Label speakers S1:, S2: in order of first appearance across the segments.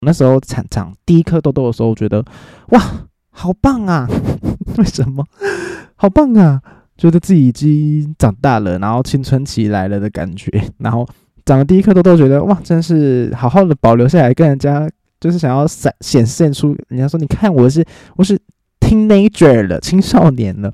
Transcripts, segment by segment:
S1: 那时候长第一颗痘痘的时候，我觉得哇，好棒啊！为什么？好棒啊！觉得自己已经长大了，然后青春期来了的感觉。然后长了第一颗痘痘，觉得哇，真是好好的保留下来，跟人家就是想要显现出人家说，你看我是 teenager 了，青少年了。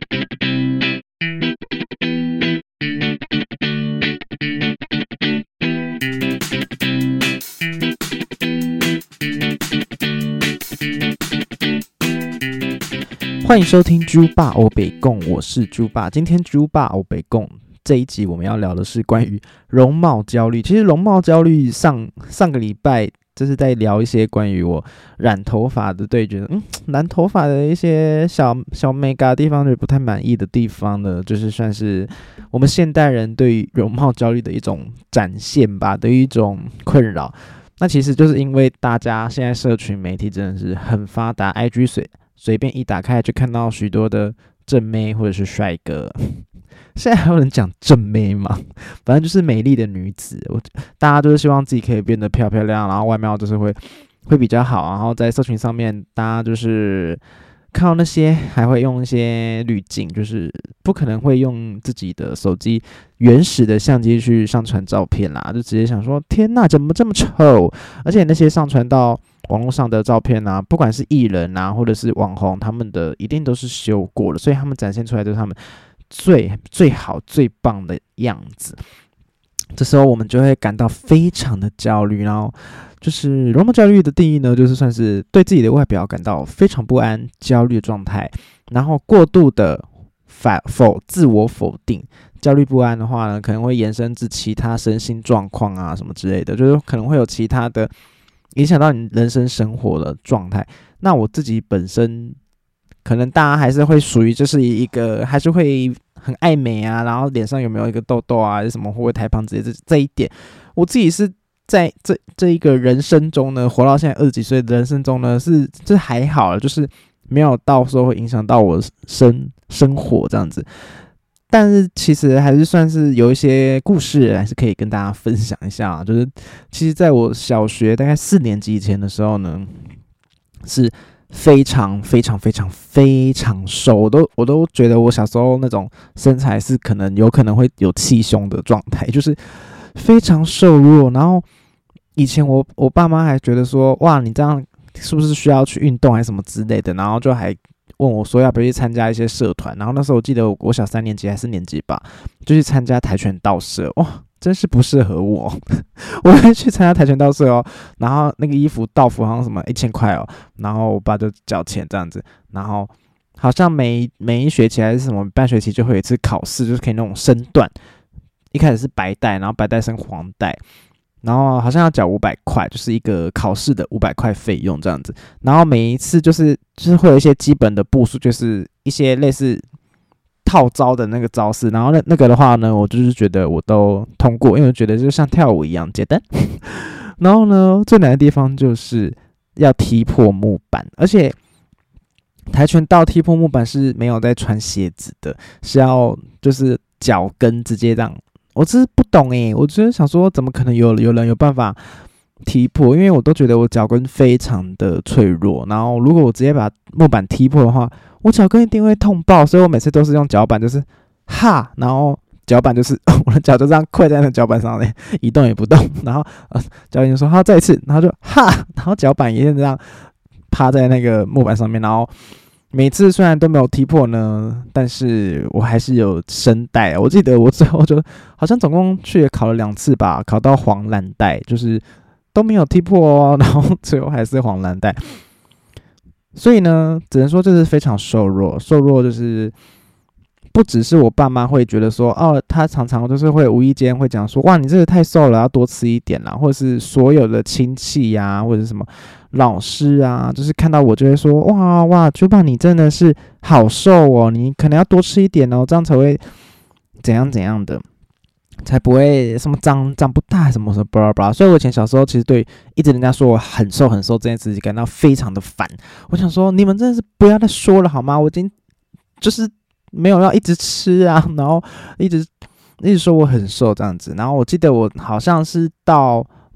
S1: 欢迎收听猪爸欧北共，我是猪爸。今天猪爸欧北共这一集我们要聊的是关于容貌焦虑。其实容貌焦虑上个礼拜就是在聊一些关于我染头发的，对，觉得染头发的一些小 mega 地方，就不太满意的地方呢，就是算是我们现代人对于容貌焦虑的一种展现吧，的一种困扰。那其实就是因为大家现在社群媒体真的是很发达 ，IG 随便一打开就看到许多的正妹或者是帅哥。现在还有人讲正妹吗？反正就是美丽的女子，大家就是希望自己可以变得漂漂亮，然后外貌就是会比较好，然后在社群上面，大家就是看到那些还会用一些滤镜，就是不可能会用自己的手机原始的相机去上传照片啦，就直接想说天哪，怎么这么丑？而且那些上传到网络上的照片啊，不管是艺人啊，或者是网红，他们的一定都是修过了，所以他们展现出来就是他们最好最棒的样子。这时候我们就会感到非常的焦虑，然后就是容貌焦虑的定义呢，就是算是对自己的外表感到非常不安、焦虑的状态，然后过度的自我否定。焦虑不安的话呢，可能会延伸至其他身心状况啊什么之类的，就是可能会有其他的影响到你人生生活的状态。那我自己本身可能大家还是会属于就是一个还是会很爱美啊，然后脸上有没有一个痘痘啊，还是什么会不会太胖之类的，这一点我自己是在这一个人生中呢，活到现在20几岁的人生中呢，这还好了，就是没有到时候会影响到我生活这样子。但是其实还是算是有一些故事还是可以跟大家分享一下，就是其实在我小学大概4年级以前的时候呢，是非常非常非常非常瘦，我都觉得我小时候那种身材是有可能会有气胸的状态，就是非常瘦弱。然后以前我爸妈还觉得说，哇，你这样是不是需要去运动还是什么之类的，然后就还问我说要不要去参加一些社团。然后那时候我记得我小3年级还4年级吧，就去参加跆拳道社。哇，真是不适合我。我会去参加跆拳道社哦，然后那个道服好像什么1000块哦，然后我爸就缴钱这样子，然后好像每一学期还是什么半学期就会有一次考试，就是可以那种升段，一开始是白带，然后白带升黄带，然后好像要缴500块，就是一个考试的500块费用这样子。然后每一次就是会有一些基本的步数，就是一些类似套招的那个招式，然后那个的话呢，我就是觉得我都通过，因为我觉得就像跳舞一样简单。然后呢，最难的地方就是要踢破木板，而且跆拳道踢破木板是没有在穿鞋子的，是要就是脚跟直接这样。我真是不懂耶，我就是想说，怎么可能有人有办法踢破？因为我都觉得我脚跟非常的脆弱，然后如果我直接把木板踢破的话，我脚跟一定会痛爆，所以我每次都是用脚板，就是哈，然后脚板就是我的脚就这样跪在那脚板上嘞，一动也不动。然后教练就说好再一次，然后就哈，然后脚板也是这样趴在那个木板上面，然后每次虽然都没有踢破呢，但是我还是有升带。我记得我最后就好像总共去考了2次吧，考到黄蓝带，就是都没有踢破哦，然后最后还是黄蓝带。所以呢，只能说这是非常瘦弱，就是不只是我爸妈会觉得说，哦，他常常就是会无意间会讲说，哇，你这个太瘦了，要多吃一点啦，或者是所有的亲戚啊，或者是什么老师啊，就是看到我就会说，哇，猪爸你真的是好瘦哦，你可能要多吃一点哦，这样才会怎样的。才不会什么长不大什么巴拉巴拉。所以我以前小时候其实对一直人家说我很瘦这件事情感到非常的烦。我想说你们真的是不要再说了好吗？我已经就是没有要一直吃啊，然后一直说我很瘦这样子。然后我记得我好像是到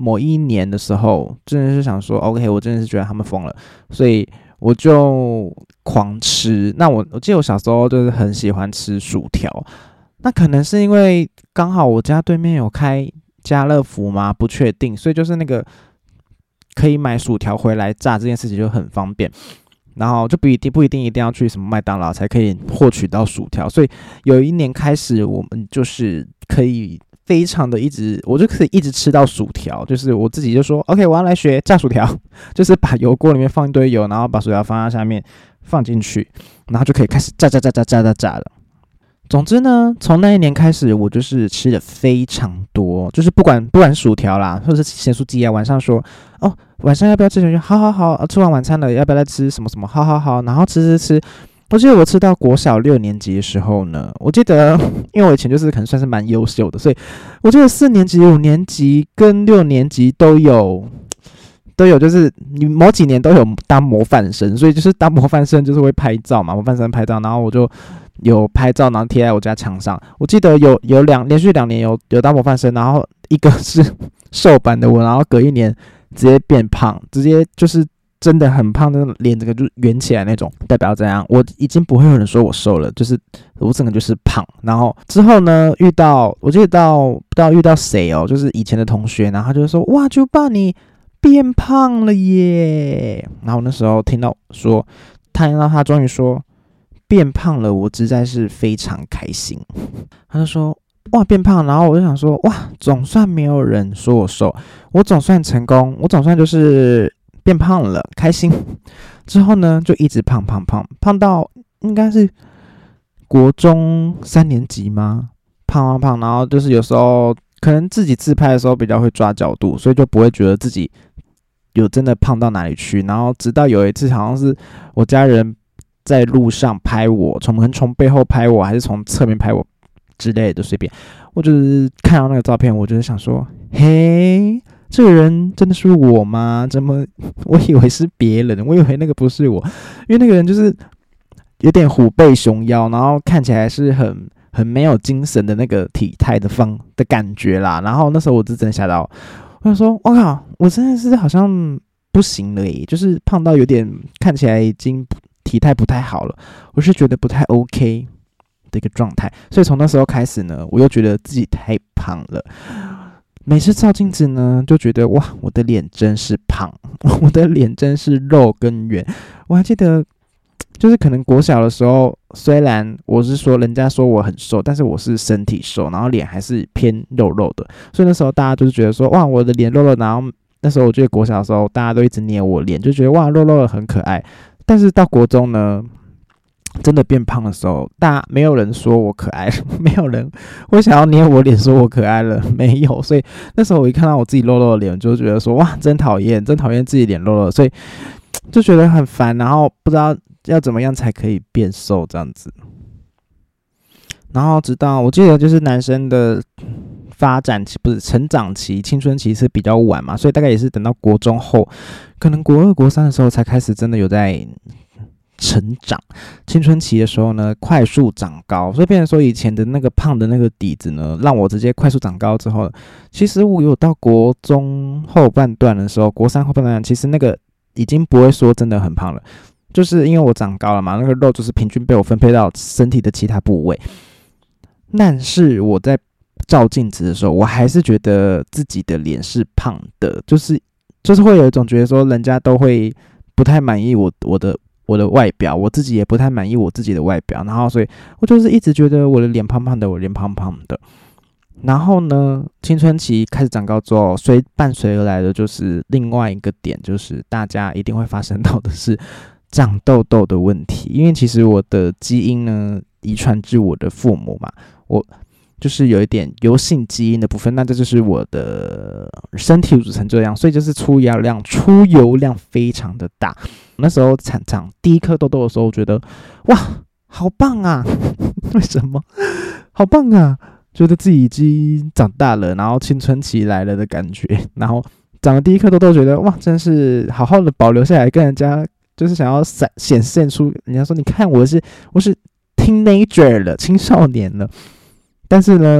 S1: 某一年的时候，真的是想说 OK， 我真的是觉得他们疯了，所以我就狂吃。那我记得我小时候就是很喜欢吃薯条，那可能是因为刚好我家对面有开家乐福嘛，不确定，所以就是那个可以买薯条回来炸这件事情就很方便。然后就不一定要去什么麦当劳才可以获取到薯条，所以有一年开始，我们就是可以非常的我就可以一直吃到薯条，就是我自己就说 OK， 我要来学炸薯条，就是把油锅里面放一堆油，然后把薯条放在下面放进去，然后就可以开始炸了。总之呢，从那一年开始，我就是吃的非常多，就是不管薯条啦，或者是咸酥鸡啊，晚上说哦，晚上要不要吃什么？好，吃完晚餐了，要不要来吃什么什么？好，然后吃。我记得我吃到国小6年级的时候呢，我记得因为我以前就是可能算是蛮优秀的，所以我记得4年级、5年级跟6年级都有，就是你某几年都有当模范生，所以就是当模范生就是会拍照嘛，模范生拍照，然后我就有拍照，然后贴在我家墙上。我记得有连续2年有当模范生，然后一个是瘦版的我，然后隔一年直接变胖，直接就是真的很胖，那脸整个就圆起来那种。代表怎样？我已经不会有人说我瘦了，就是我整个就是胖。然后之后呢，我记得不知道遇到谁哦，就是以前的同学，然后他就说哇，就爸你变胖了耶。然后那时候听到他终于说变胖了，我实在是非常开心。他就说哇变胖，然后我就想说哇，总算没有人说我瘦，我总算成功，我总算就是变胖了，开心。之后呢，就一直胖到应该是国中3年级吗？胖，然后就是有时候可能自己自拍的时候比较会抓角度，所以就不会觉得自己有真的胖到哪里去。然后直到有一次，好像是我家人在路上拍我，从背后拍我，还是从侧面拍我之类的，随便。我就是看到那个照片，我就是想说，嘿，这个人真的是我吗？怎么我以为是别人，我以为那个不是我，因为那个人就是有点虎背熊腰，然后看起来是很没有精神的那个体态的感觉啦。然后那时候我就真的吓到，我就说，我靠，我真的是好像不行了耶，就是胖到有点看起来已经体态不太好了，我是觉得不太 OK 的一个状态。所以从那时候开始呢，我又觉得自己太胖了。每次照镜子呢，就觉得哇，我的脸真是胖，我的脸真是肉跟圆。我还记得，就是可能国小的时候，虽然我是说人家说我很瘦，但是我是身体瘦，然后脸还是偏肉肉的。所以那时候大家就是觉得说，哇，我的脸肉肉。然后那时候我记得国小的时候，大家都一直捏我脸，就觉得哇，肉肉的很可爱。但是到国中呢，真的变胖的时候，没有人说我可爱了，没有人会想要捏我脸说我可爱了，没有。所以那时候我一看到我自己肉肉的脸，就觉得说哇，真讨厌自己脸肉肉，所以就觉得很烦，然后不知道要怎么样才可以变瘦这样子。然后直到我记得就是男生的发展期不是成长期，青春期是比较晚嘛，所以大概也是等到国中后，可能国2、国3的时候才开始真的有在成长。青春期的时候呢，快速长高，所以变成说以前的那个胖的那个底子呢，让我直接快速长高之后，其实我有到国中后半段的时候，国3后半段，其实那个已经不会说真的很胖了，就是因为我长高了嘛，那个肉就是平均被我分配到身体的其他部位。但是我在照镜子的时候，我还是觉得自己的脸是胖的，就是会有一种觉得说，人家都会不太满意我的外表，我自己也不太满意我自己的外表，然后所以我就是一直觉得我的脸胖胖的，然后呢，青春期开始长高之后，伴随而来的就是另外一个点，就是大家一定会发生到的是长痘痘的问题。因为其实我的基因呢，遗传至我的父母嘛，我就是有一点油性基因的部分，那这就是我的身体组成这样，所以就是出油量非常的大。那时候长第一颗痘痘的时候，我觉得哇，好棒啊！为什么？好棒啊！觉得自己已经长大了，然后青春期来了的感觉，然后长了第一颗痘痘，觉得哇，真是好好的保留下来，跟人家就是想要显现出，人家说你看我是 teenager 了，青少年了。但是呢，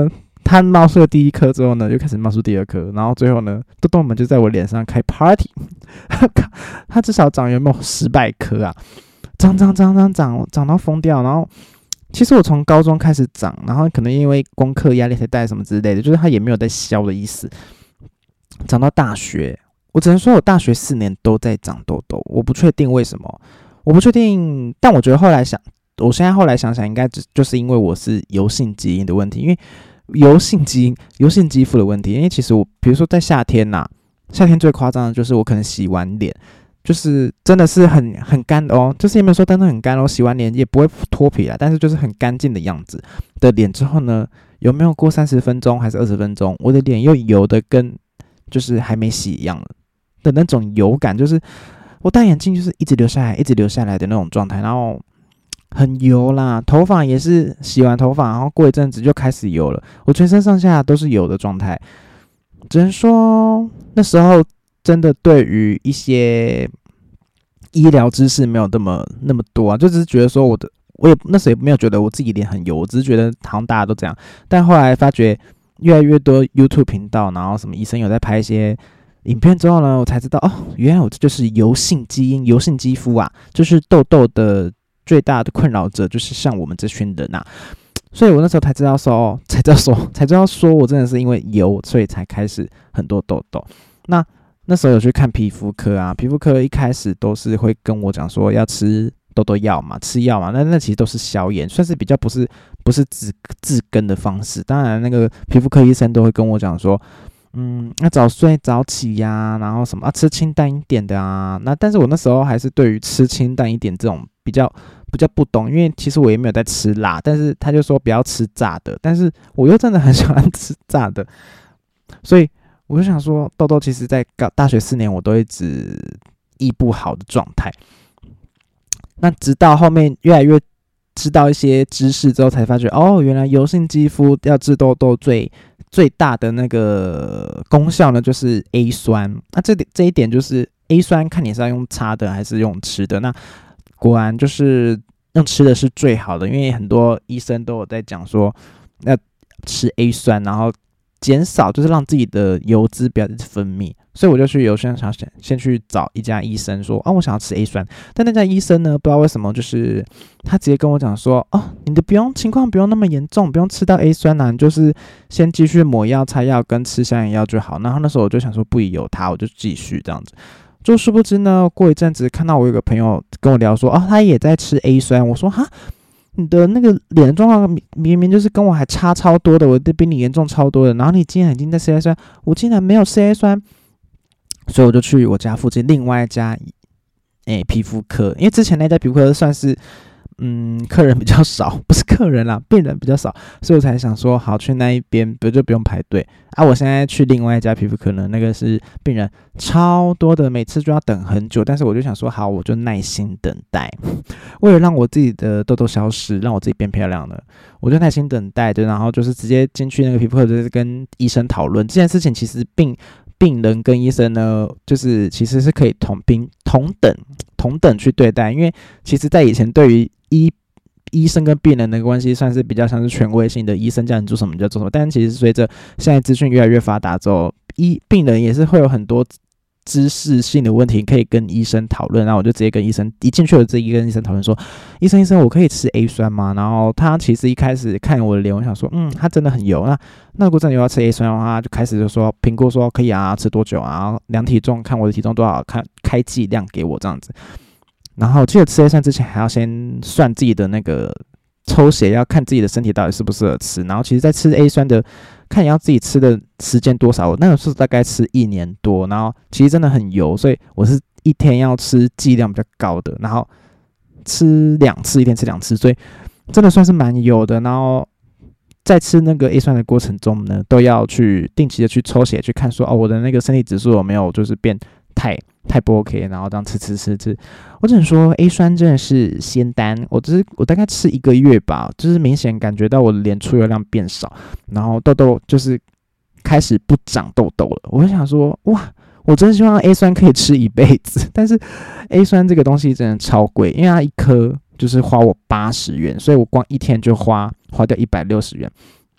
S1: 它冒出了第一颗之后呢，又开始冒出第二颗，然后最后呢，痘痘们就在我脸上开 party。它至少长有没有100颗啊？长到疯掉。然后其实我从高中开始长，然后可能因为功课压力才带什么之类的，就是它也没有在消的意思。长到大学，我只能说我大学4年都在长痘痘，我不确定为什么，我不确定，但我觉得我现在后来想想，应该就是因为我是油性基因的问题，因为油性肌肤的问题。因为其实我比如说在夏天夏天最夸张的就是我可能洗完脸，就是真的是很干的哦，就是也没有说真的很干哦，洗完脸也不会脱皮啦，但是就是很干净的样子的脸之后呢，有没有过30分钟还是20分钟，我的脸又油的跟就是还没洗一样的那种油感，就是我戴眼镜就是一直流下来的那种状态，然后很油啦，头发也是洗完头发，然后过一阵子就开始油了，我全身上下都是油的状态。只能说那时候真的对于一些医疗知识没有那么多啊，就只是觉得说我也那时候也没有觉得我自己脸很油，我只是觉得好像大家都这样。但后来发觉越来越多 YouTube 频道，然后什么医生有在拍一些影片之后呢，我才知道哦，原来我这就是油性基因、油性肌肤啊，就是痘痘的最大的困扰者就是像我们这群人啊。所以我那时候才知道说我真的是因为油，所以才开始很多痘痘。那时候有去看皮肤科啊，皮肤科一开始都是会跟我讲说要吃痘痘药嘛，吃药嘛，那其实都是消炎，算是比较不是治根的方式。当然那个皮肤科医生都会跟我讲说，要早睡早起呀，然后什么吃清淡一点的啊。但是我那时候还是对于吃清淡一点这种比较不懂，因为其实我也没有在吃辣，但是他就说不要吃炸的，但是我又真的很喜欢吃炸的，所以我就想说，痘痘其实在大学4年我都一直医不好的状态。那直到后面越来越知道一些知识之后，才发觉哦，原来油性肌肤要治痘痘最大的那个功效呢，就是 A 酸。那这一点就是 A 酸，看你是要用擦的还是用吃的。那果然就是用吃的是最好的，因为很多医生都有在讲说要吃 A 酸，然后减少就是让自己的油脂不要一直分泌。所以我就去先去找一家医生说，我想要吃 A 酸。但那家医生呢，不知道为什么，就是他直接跟我讲说，你的情况不用那么严重，不用吃到 A 酸你就是先继续抹药、擦药跟吃消炎药就好。然后那时候我就想说不疑有他，我就继续这样子。就殊不知呢，过一阵子看到我有个朋友跟我聊说，他也在吃 A 酸。我说哈，你的那个脸的状况明明就是跟我还差超多的，我的比你严重超多的，然后你竟然已经在吃 A 酸，我竟然没有吃 A 酸。所以我就去我家附近另外一家皮肤科，因为之前那家皮肤科算是客人比较少，不是客人啦，病人比较少，所以我才想说好去那一边就不用排队啊。我现在去另外一家皮肤科呢，那个是病人超多的，每次就要等很久，但是我就想说好，我就耐心等待，为了让我自己的痘痘消失，让我自己变漂亮了，我就耐心等待，然后就是直接进去那个皮肤科，就是跟医生讨论这件事情。其实病人跟医生呢，就是其实是可以同等去对待，因为其实在以前对于医生跟病人的关系算是比较像是权威性的，医生叫你做什么你就做什么。但是其实随着现在资讯越来越发达之后，病人也是会有很多知识性的问题可以跟医生讨论。然后我就直接跟医生一进去，我直接跟医生讨论说，医生我可以吃 A 酸吗？然后他其实一开始看我的脸，我想说他真的很油，那如果真的有要吃 A 酸的话，就开始就说评估说可以啊，吃多久啊，量体重，看我的体重多少，开剂量给我这样子。然后记得吃 A 酸之前还要先算自己的那个抽血，要看自己的身体到底适不适合吃。然后其实在吃 A 酸的，看你要自己吃的时间多少，我那个是大概吃1年多，然后其实真的很油，所以我是一天要吃剂量比较高的，然后吃2次，一天吃2次，所以真的算是蛮油的。然后在吃那个 A 酸的过程中呢，都要去定期的去抽血，去看说我的那个身体指数有没有就是变太不 OK， 然后这样吃。我只能说 A 酸真的是仙丹，我大概吃1个月吧，就是明显感觉到我的脸出油量变少，然后痘痘就是开始不长痘痘了。我就想说哇，我真希望 A 酸可以吃一辈子，但是 A 酸这个东西真的超贵，因为它1颗就是花我80元，所以我光一天就花掉160元。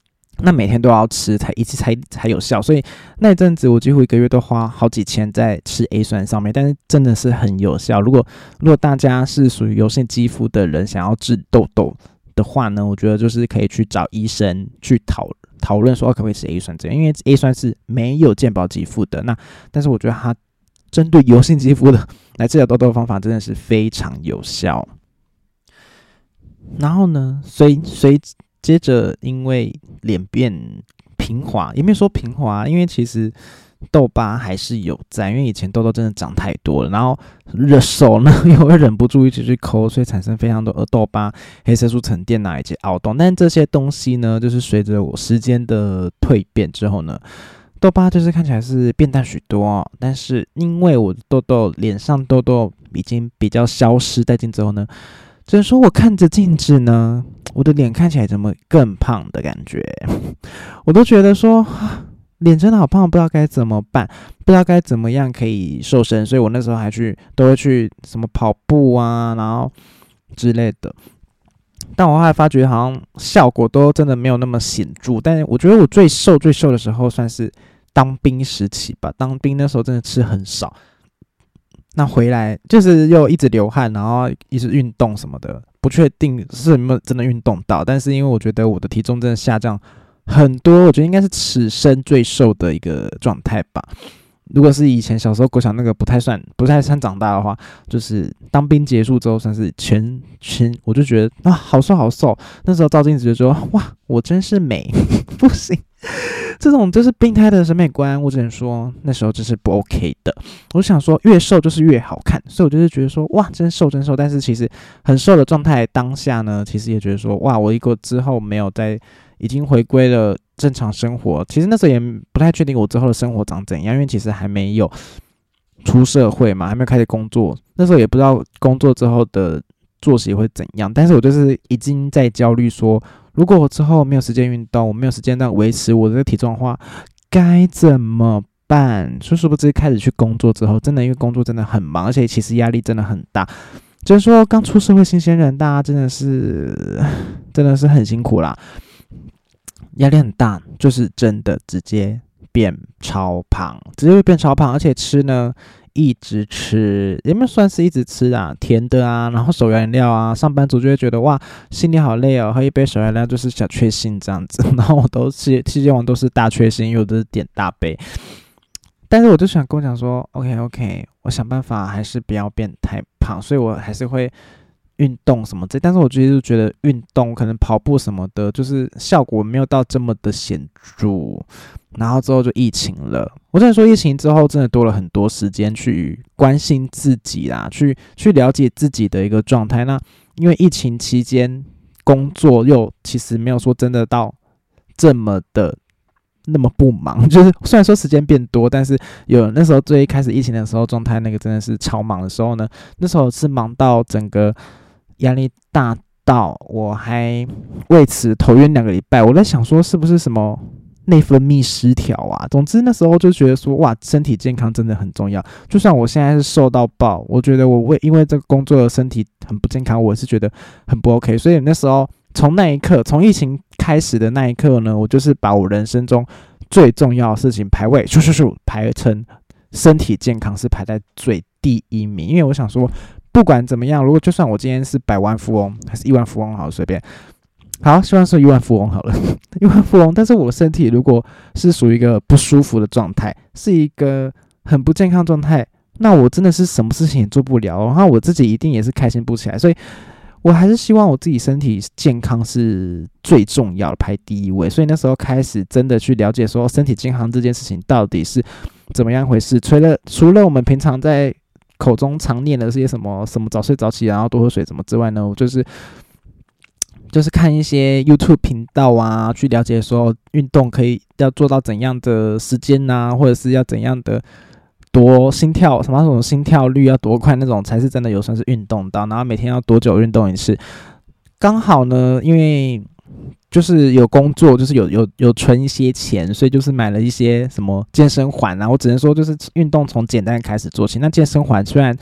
S1: 那每天都要吃才有效，所以那一阵子我几乎1个月都花好几千在吃 A 酸上面，但是真的是很有效。如果大家是属于油性肌肤的人，想要治痘痘的话呢，我觉得就是可以去找医生去讨论说可不可以吃 A 酸这样，因为 A 酸是没有健保给付的。但是我觉得它针对油性肌肤的来治疗痘痘的方法真的是非常有效。然后呢，接着因为脸变平滑，也没有说平滑，因为其实痘疤还是有在，因为以前痘痘真的长太多了，然后手呢又会忍不住一直去抠，所以产生非常多的痘疤、黑色素沉淀以及凹洞。但这些东西呢，就是随着我时间的蜕变之后呢，痘疤就是看起来是变淡许多但是因为我的脸上痘痘已经比较消失殆尽之后呢，只能说我看着镜子呢，我的脸看起来怎么更胖的感觉，我都觉得说脸真的好胖，不知道该怎么办，不知道该怎么样可以瘦身，所以我那时候都会去什么跑步然后之类的。但我后来发觉好像效果都真的没有那么显著，但是我觉得我最瘦的时候算是当兵时期吧，当兵那时候真的吃很少。那回来就是又一直流汗，然后一直运动什么的，不确定是有没有真的运动到，但是因为我觉得我的体重真的下降很多，我觉得应该是此生最瘦的一个状态吧。如果是以前小时候国小那个不太算长大的话，就是当兵结束之后算是全我就觉得好瘦好瘦，那时候照镜子就说哇我真是美不行，这种就是病态的审美观，我只能说那时候真是不 OK 的。我想说越瘦就是越好看，所以我就是觉得说哇真瘦，但是其实很瘦的状态当下呢，其实也觉得说哇我一个之后没有已经回归了正常生活，其实那时候也不太确定我之后的生活长怎样，因为其实还没有出社会嘛，还没有开始工作，那时候也不知道工作之后的作息会怎样，但是我就是已经在焦虑说，如果我之后没有时间运动，我没有时间维持我这个体重的话，该怎么办？殊不知开始去工作之后，真的因为工作真的很忙，而且其实压力真的很大。就是说刚出社会新鲜人，大家真的是很辛苦啦，压力很大，就是真的直接变超胖，而且吃呢一直吃，也没有算是一直吃甜的然后手摇饮料上班族就会觉得哇心里好累喝一杯手摇饮料就是小确幸这样子，然后我都世界王都是大确幸，因为我都是点大杯。但是我就想跟我讲说 OK 我想办法还是不要变太胖，所以我还是会运动什么但是我就是觉得运动可能跑步什么的就是效果没有到这么的显著。然后之后就疫情了，我只能说疫情之后真的多了很多时间去关心自己去了解自己的一个状态。那因为疫情期间工作又其实没有说真的到这么的那么不忙，就是虽然说时间变多，但是那时候最一开始疫情的时候状态那个真的是超忙的时候呢，那时候是忙到整个压力大到我还为此头晕2个礼拜。我在想说是不是什么内分泌失调总之那时候就觉得说哇身体健康真的很重要，就算我现在是瘦到爆，我觉得我因为这个工作的身体很不健康，我是觉得很不 OK。 所以那时候从疫情开始的那一刻呢，我就是把我人生中最重要的事情排位排成身体健康是排在第一名。因为我想说不管怎么样，如果就算我今天是100万富翁还是亿万富翁好随便，好希望是亿万富翁好了亿万富翁，但是我身体如果是属于一个不舒服的状态，是一个很不健康状态，那我真的是什么事情也做不了，然后我自己一定也是开心不起来。所以我还是希望我自己身体健康是最重要的，排第一位。所以那时候开始真的去了解说身体健康这件事情到底是怎么样回事。除了我们平常在口中常念的这些什么早睡早起然后多喝水什么之外呢，我就是看一些 YouTube 频道去了解说运动要做到怎样的时间或者是要怎样的多心跳什么心跳率要多快，那种才是真的有算是运动到。然后每天要多久运动一次。刚好呢因为就是有工作，就是有存一些钱，所以就是买了一些什么健身环我只能说就是运动从简单开始做起。那健身环虽然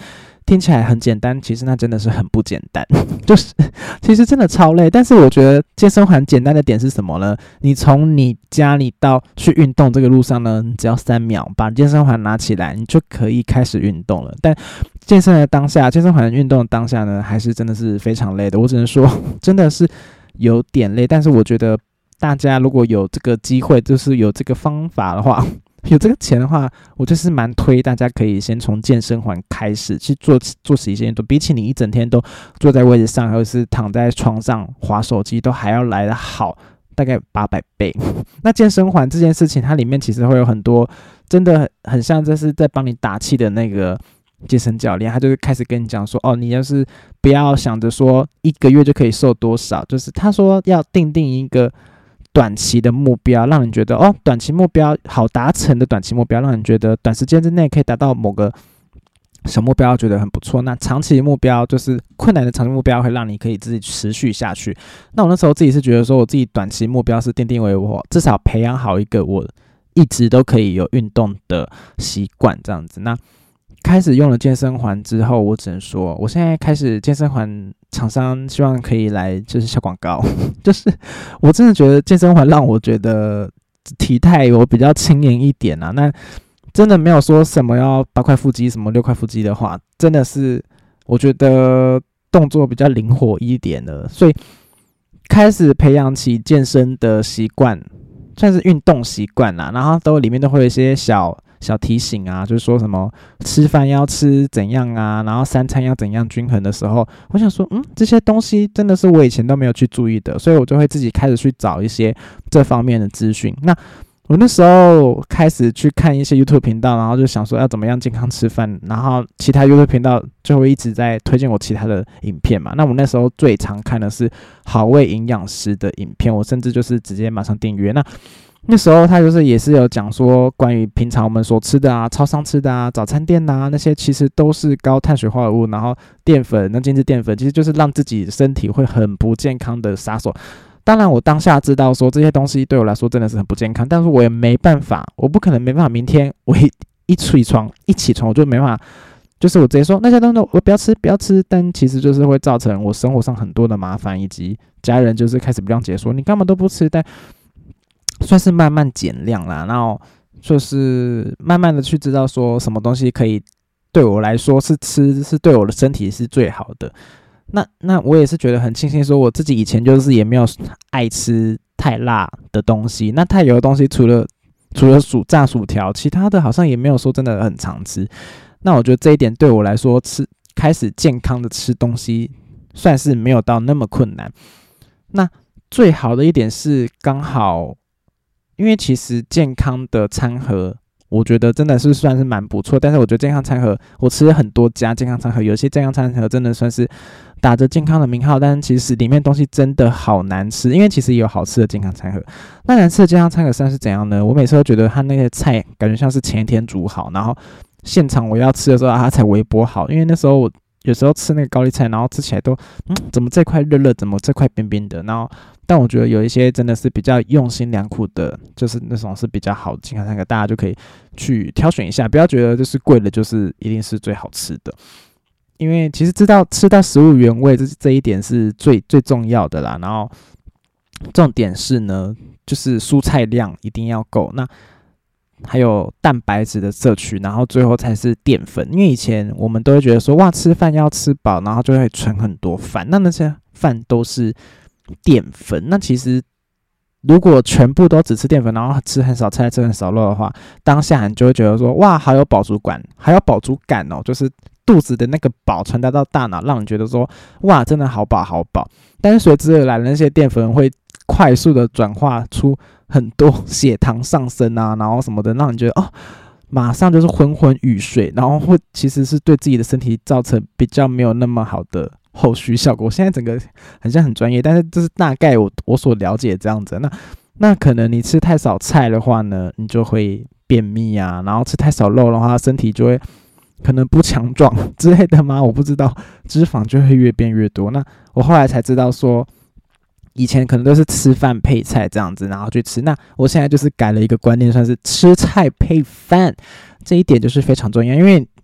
S1: 听起来很简单，其实那真的是很不简单，就是其实真的超累。但是我觉得健身环简单的点是什么呢？你从你家里到去运动这个路上呢，你只要3秒把健身环拿起来，你就可以开始运动了。但健身环运动的当下呢，还是真的是非常累的。我只能说，真的是有点累。但是我觉得大家如果有这个机会，就是有这个方法的话，有这个钱的话，我就是蛮推大家可以先从健身环开始去做起一些运动，比起你一整天都坐在位置上，或者是躺在床上滑手机，都还要来得好，大概800倍。那健身环这件事情，它里面其实会有很多，真的很像这是在帮你打气的那个健身教练，他就是开始跟你讲说，你要是不要想着说1个月就可以瘦多少，就是他说要定一个短期的目标，让你觉得短期目标好达成的短期目标，让你觉得短时间之内可以达到某个小目标，觉得很不错。那长期目标就是困难的长期目标，会让你可以自己持续下去。那我那时候自己是觉得说，我自己短期目标是定为我至少培养好一个我一直都可以有运动的习惯这样子。那开始用了健身环之后，我只能说，我现在开始健身环厂商希望可以来就是下广告，就是我真的觉得健身环让我觉得体态有比较轻盈一点啊。那真的没有说什么要8块腹肌什么6块腹肌的话，真的是我觉得动作比较灵活一点的，所以开始培养起健身的习惯，算是运动习惯啦。然后里面都会有一些小提醒啊，就是说什么吃饭要吃怎样啊，然后3餐要怎样均衡的时候，我想说，这些东西真的是我以前都没有去注意的，所以我就会自己开始去找一些这方面的资讯。那我那时候开始去看一些 YouTube 频道，然后就想说要怎么样健康吃饭，然后其他 YouTube 频道就会一直在推荐我其他的影片嘛。那我那时候最常看的是好味营养师的影片，我甚至就是直接马上订阅。那时候他就是也是有讲说，关于平常我们所吃的啊，超商吃的啊，早餐店啊，那些其实都是高碳水化合物，然后淀粉，那精致淀粉其实就是让自己身体会很不健康的杀手。当然我当下知道说这些东西对我来说真的是很不健康，但是我也没办法，我不可能没办法明天我一起床我就没办法，就是我直接说那些东西我不要吃，但其实就是会造成我生活上很多的麻烦，以及家人就是开始不谅解说你干嘛都不吃，但算是慢慢减量啦，然后就是慢慢的去知道说什么东西可以对我来说是吃，是对我的身体是最好的。那我也是觉得很庆幸，说我自己以前就是也没有爱吃太辣的东西，那太油的东西除了炸薯条，其他的好像也没有说真的很常吃。那我觉得这一点对我来说，开始健康的吃东西，算是没有到那么困难。那最好的一点是刚好，因为其实健康的餐盒，我觉得真的是算是蛮不错。但是我觉得健康餐盒，我吃了很多家健康餐盒，有些健康餐盒真的算是打着健康的名号，但是其实里面东西真的好难吃。因为其实也有好吃的健康餐盒，那难吃的健康餐盒算是怎样呢？我每次都觉得它那些菜感觉像是前一天煮好，然后现场我要吃的时候它才微波好。因为那时候我有时候吃那个高丽菜，然后吃起来都怎么这块热热，怎么这块冰冰的，然后但我觉得有一些真的是比较用心良苦的，就是那种是比较好的健康餐盒，大家就可以去挑选一下，不要觉得就是贵的就是一定是最好吃的。因为其实知道吃到食物原味这一点是最重要的啦。然后重点是呢，就是蔬菜量一定要够，那还有蛋白质的摄取，然后最后才是淀粉。因为以前我们都会觉得说，哇，吃饭要吃饱，然后就会存很多饭，那些饭都是淀粉。那其实如果全部都只吃淀粉，然后吃很少菜，吃很少肉的话，当下你就会觉得说，哇，好有饱足感，还有饱足感哦，就是肚子的那个饱传达到大脑，让你觉得说，哇，真的好饱好饱。但是随之而来的那些淀粉会快速的转化出很多血糖上升啊，然后什么的，让你觉得马上就是昏昏欲睡，然后会其实是对自己的身体造成比较没有那么好的后续效果。我现在整个很像很专业，但是这是大概我所了解这样子。那可能你吃太少菜的话呢，你就会便秘啊，然后吃太少肉的话，身体就会可能不强壮之类的吗？我不知道，脂肪就会越变越多。那我后来才知道说，以前可能都是吃饭配菜这样子，然后去吃。那我现在就是改了一个观念，算是吃菜配饭，这一点就是非常重要。因为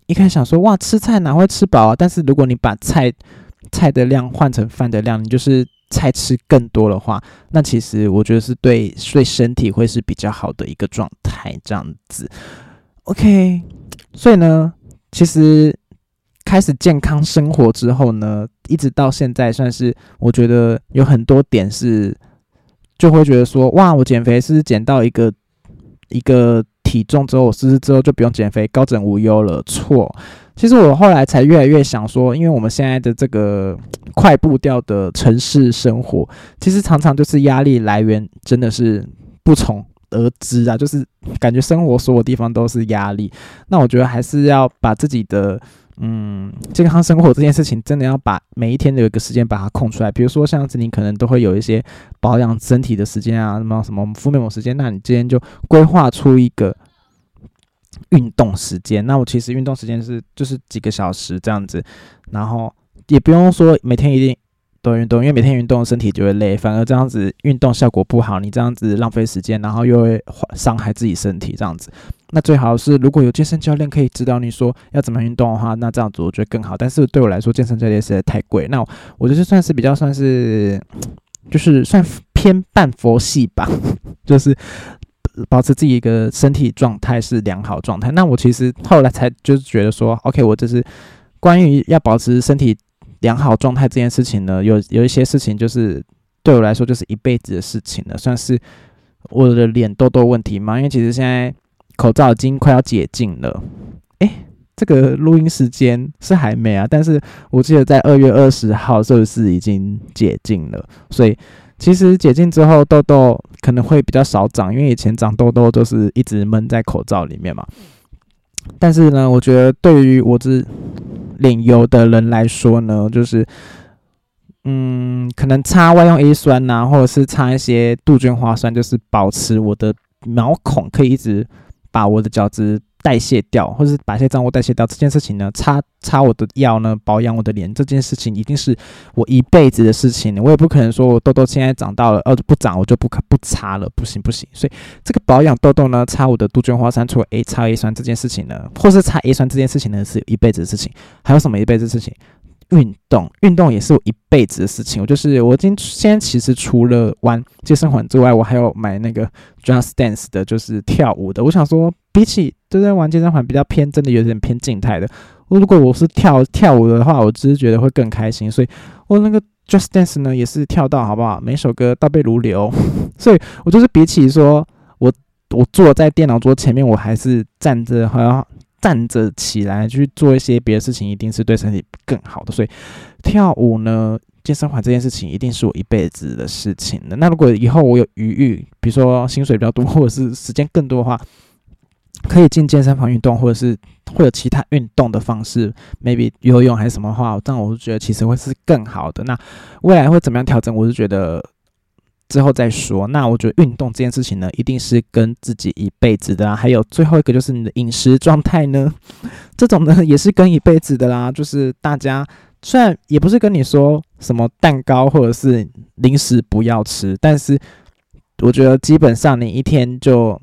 S1: 一开始想说，哇，吃菜哪会吃饱啊？但是如果你把菜的量换成饭的量，你就是菜吃更多的话，那其实我觉得是对身体会是比较好的一个状态，这样子。OK， 所以呢，其实开始健康生活之后呢，一直到现在，算是我觉得有很多点是，就会觉得说，哇，我减肥是减到一个体重之后，我试试之后就不用减肥，高枕无忧了。错，其实我后来才越来越想说，因为我们现在的这个快步调的城市生活，其实常常就是压力来源真的是不从而知啊，就是感觉生活所有地方都是压力。那我觉得还是要把自己的健康生活这件事情，真的要把每一天的有一个时间把它空出来。比如说像是你可能都会有一些保养身体的时间啊，什么敷面膜时间，那你今天就规划出一个运动时间。那我其实运动时间就是几个小时这样子，然后也不用说每天一定都运动，因为每天运动身体就会累，反而这样子运动效果不好，你这样子浪费时间，然后又会伤害自己身体这样子。那最好是如果有健身教练可以指导你说要怎么运动的话，那这样子我觉得更好。但是对我来说，健身教练实在太贵。那我就是算是就是算偏半佛系吧，就是保持自己一个身体状态是良好状态。那我其实后来才就是觉得说 ，OK， 我就是关于要保持身体良好状态这件事情呢，有一些事情就是对我来说就是一辈子的事情了，算是我的脸痘痘问题嘛。因为其实现在口罩已经快要解禁了，这个录音时间是还没啊，但是我记得在2月20号是不是已经解禁了？所以其实解禁之后痘痘可能会比较少长，因为以前长痘痘就是一直闷在口罩里面嘛。但是呢，我觉得对于我这脸油的人来说呢，就是可能擦外用 A 酸啊，或者是擦一些杜鹃花酸，就是保持我的毛孔可以一直把我的角质代谢掉，或者是把一些脏物代谢掉，这件事情呢，擦我的药呢，保养我的脸，这件事情一定是我一辈子的事情。我也不可能说我痘痘现在长到了，不长我就不擦了，不行。所以这个保养痘痘呢，擦我的杜鹃花酸，除了擦 A 酸这件事情呢，或是擦 A 酸这件事情呢，是一辈子的事情。还有什么一辈子的事情？运动也是我一辈子的事情。我现在其实除了玩健身环之外，我还有买那个 Just Dance 的，就是跳舞的。我想说，比起玩健身环比较偏，真的有点偏静态的。如果我是跳舞的话，我只是觉得会更开心。所以我那个 Just Dance 呢，也是跳到好不好？每首歌倒背如流。所以我就是比起说我坐在电脑桌前面，我还是站着起来去做一些别的事情，一定是对身体更好的。所以跳舞呢，健身环这件事情一定是我一辈子的事情的。那如果以后我有余裕，比如说薪水比较多，或者是时间更多的话，可以进健身房运动，或者是会有其他运动的方式 ，maybe 游泳还是什么的话，这样我就觉得其实会是更好的。那未来会怎么样调整，我是觉得之后再说。那我觉得运动这件事情呢，一定是跟自己一辈子的啦。还有最后一个就是你的饮食状态呢，这种呢也是跟一辈子的啦。就是大家虽然也不是跟你说什么蛋糕或者是零食不要吃，但是我觉得基本上你一天就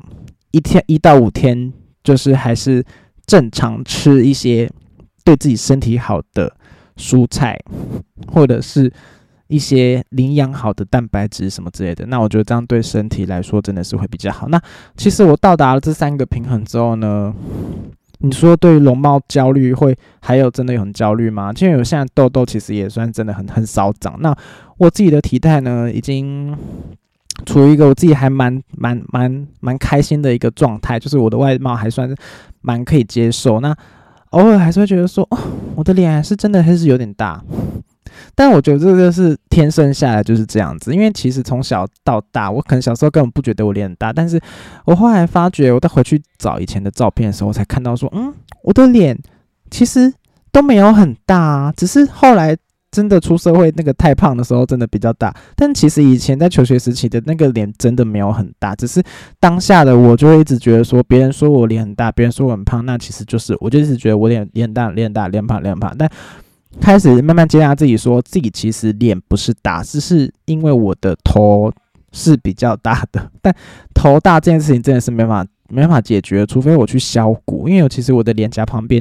S1: 1到5天，就是还是正常吃一些对自己身体好的蔬菜，或者是一些营养好的蛋白质什么之类的。那我觉得这样对身体来说真的是会比较好。那其实我到达了这3个平衡之后呢，你说对于容貌焦虑还有真的有很焦虑吗？因为我现在痘痘其实也算真的很少长。那我自己的体态呢，已经处于一个我自己还蛮开心的一个状态，就是我的外貌还算蛮可以接受。那偶尔还是会觉得说，我的脸是真的还是有点大。但我觉得这个是天生下来就是这样子，因为其实从小到大，我可能小时候根本不觉得我脸很大，但是我后来发觉，我再回去找以前的照片的时候，我才看到说，我的脸其实都没有很大啊，只是后来真的出社会那个太胖的时候真的比较大，但其实以前在求学时期的那个脸真的没有很大，只是当下的我就会一直觉得说，别人说我脸很大，别人说我很胖，那其实就是我就一直觉得我脸很大，脸胖，但开始慢慢接纳自己，说自己其实脸不是大，只是因为我的头是比较大的，但头大这件事情真的是没办法解决，除非我去削骨，因为其实我的脸颊旁边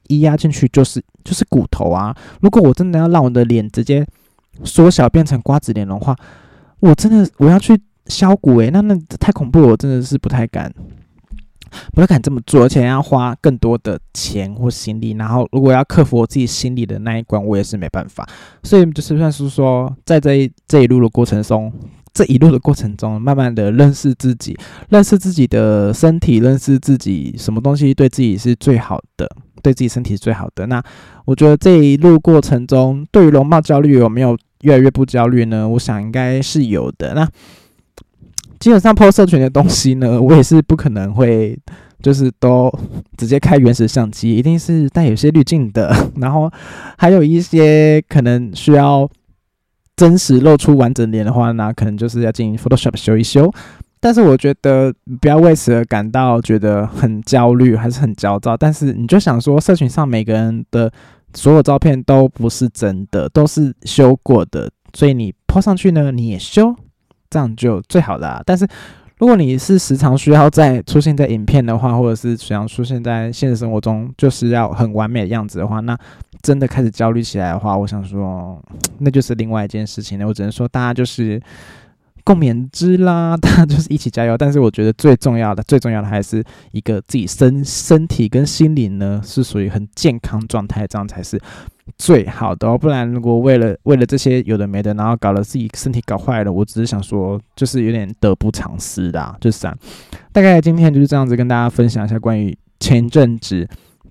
S1: 一压进去就是骨头啊。如果我真的要让我的脸直接缩小变成瓜子脸的话，我要去削骨那太恐怖了，我真的是不太敢这么做，而且要花更多的钱或心力，然后如果要克服我自己心里的那一关，我也是没办法。所以就是算是说，在这一路的过程中，慢慢的认识自己的身体，认识自己什么东西对自己是最好的，对自己身体是最好的。那我觉得这一路过程中，对于容貌焦虑有没有越来越不焦虑呢？我想应该是有的。那基本上 po 社群的东西呢，我也是不可能会就是都直接开原始相机，一定是带有些滤镜的，然后还有一些可能需要真实露出完整脸的话，那可能就是要进 Photoshop 修一修。但是我觉得不要为此而感到觉得很焦虑还是很焦躁，但是你就想说，社群上每个人的所有照片都不是真的，都是修过的，所以你 po 上去呢，你也修，这样就最好啦。但是如果你是时常需要出现在影片的话，或者是想出现在现实生活中就是要很完美的样子的话，那真的开始焦虑起来的话，我想说那就是另外一件事情了。我只能说大家就是共勉之啦，大家就是一起加油。但是我觉得最重要的还是一个自己身体跟心灵呢是属于很健康状态，这样才是最好的不然如果为了这些有的没的，然后搞了自己身体搞坏了，我只是想说就是有点得不偿失啦。就是这样，大概今天就是这样子跟大家分享一下关于前阵子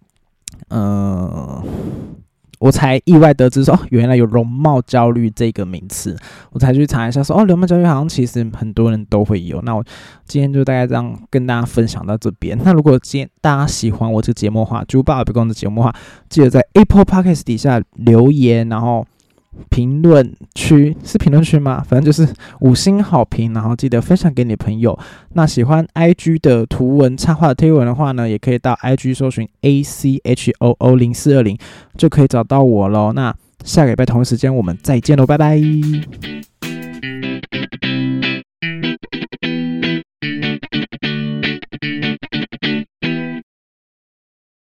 S1: 我才意外得知说原来有容貌焦虑这个名词，我才去查一下说容貌焦虑好像其实很多人都会有。那我今天就大概这样跟大家分享到这边。那如果今天大家喜欢我这个节目的话，猪爸欧北共的节目的话，记得在 Apple Podcast 底下留言，然后评论区是评论区吗？反正就是5星好评，然后记得分享给你的朋友。那喜欢 IG 的图文插画的贴文的话呢，也可以到 IG 搜寻 ACHOO0420 就可以找到我咯。那下个礼拜同一时间我们再见咯，拜拜。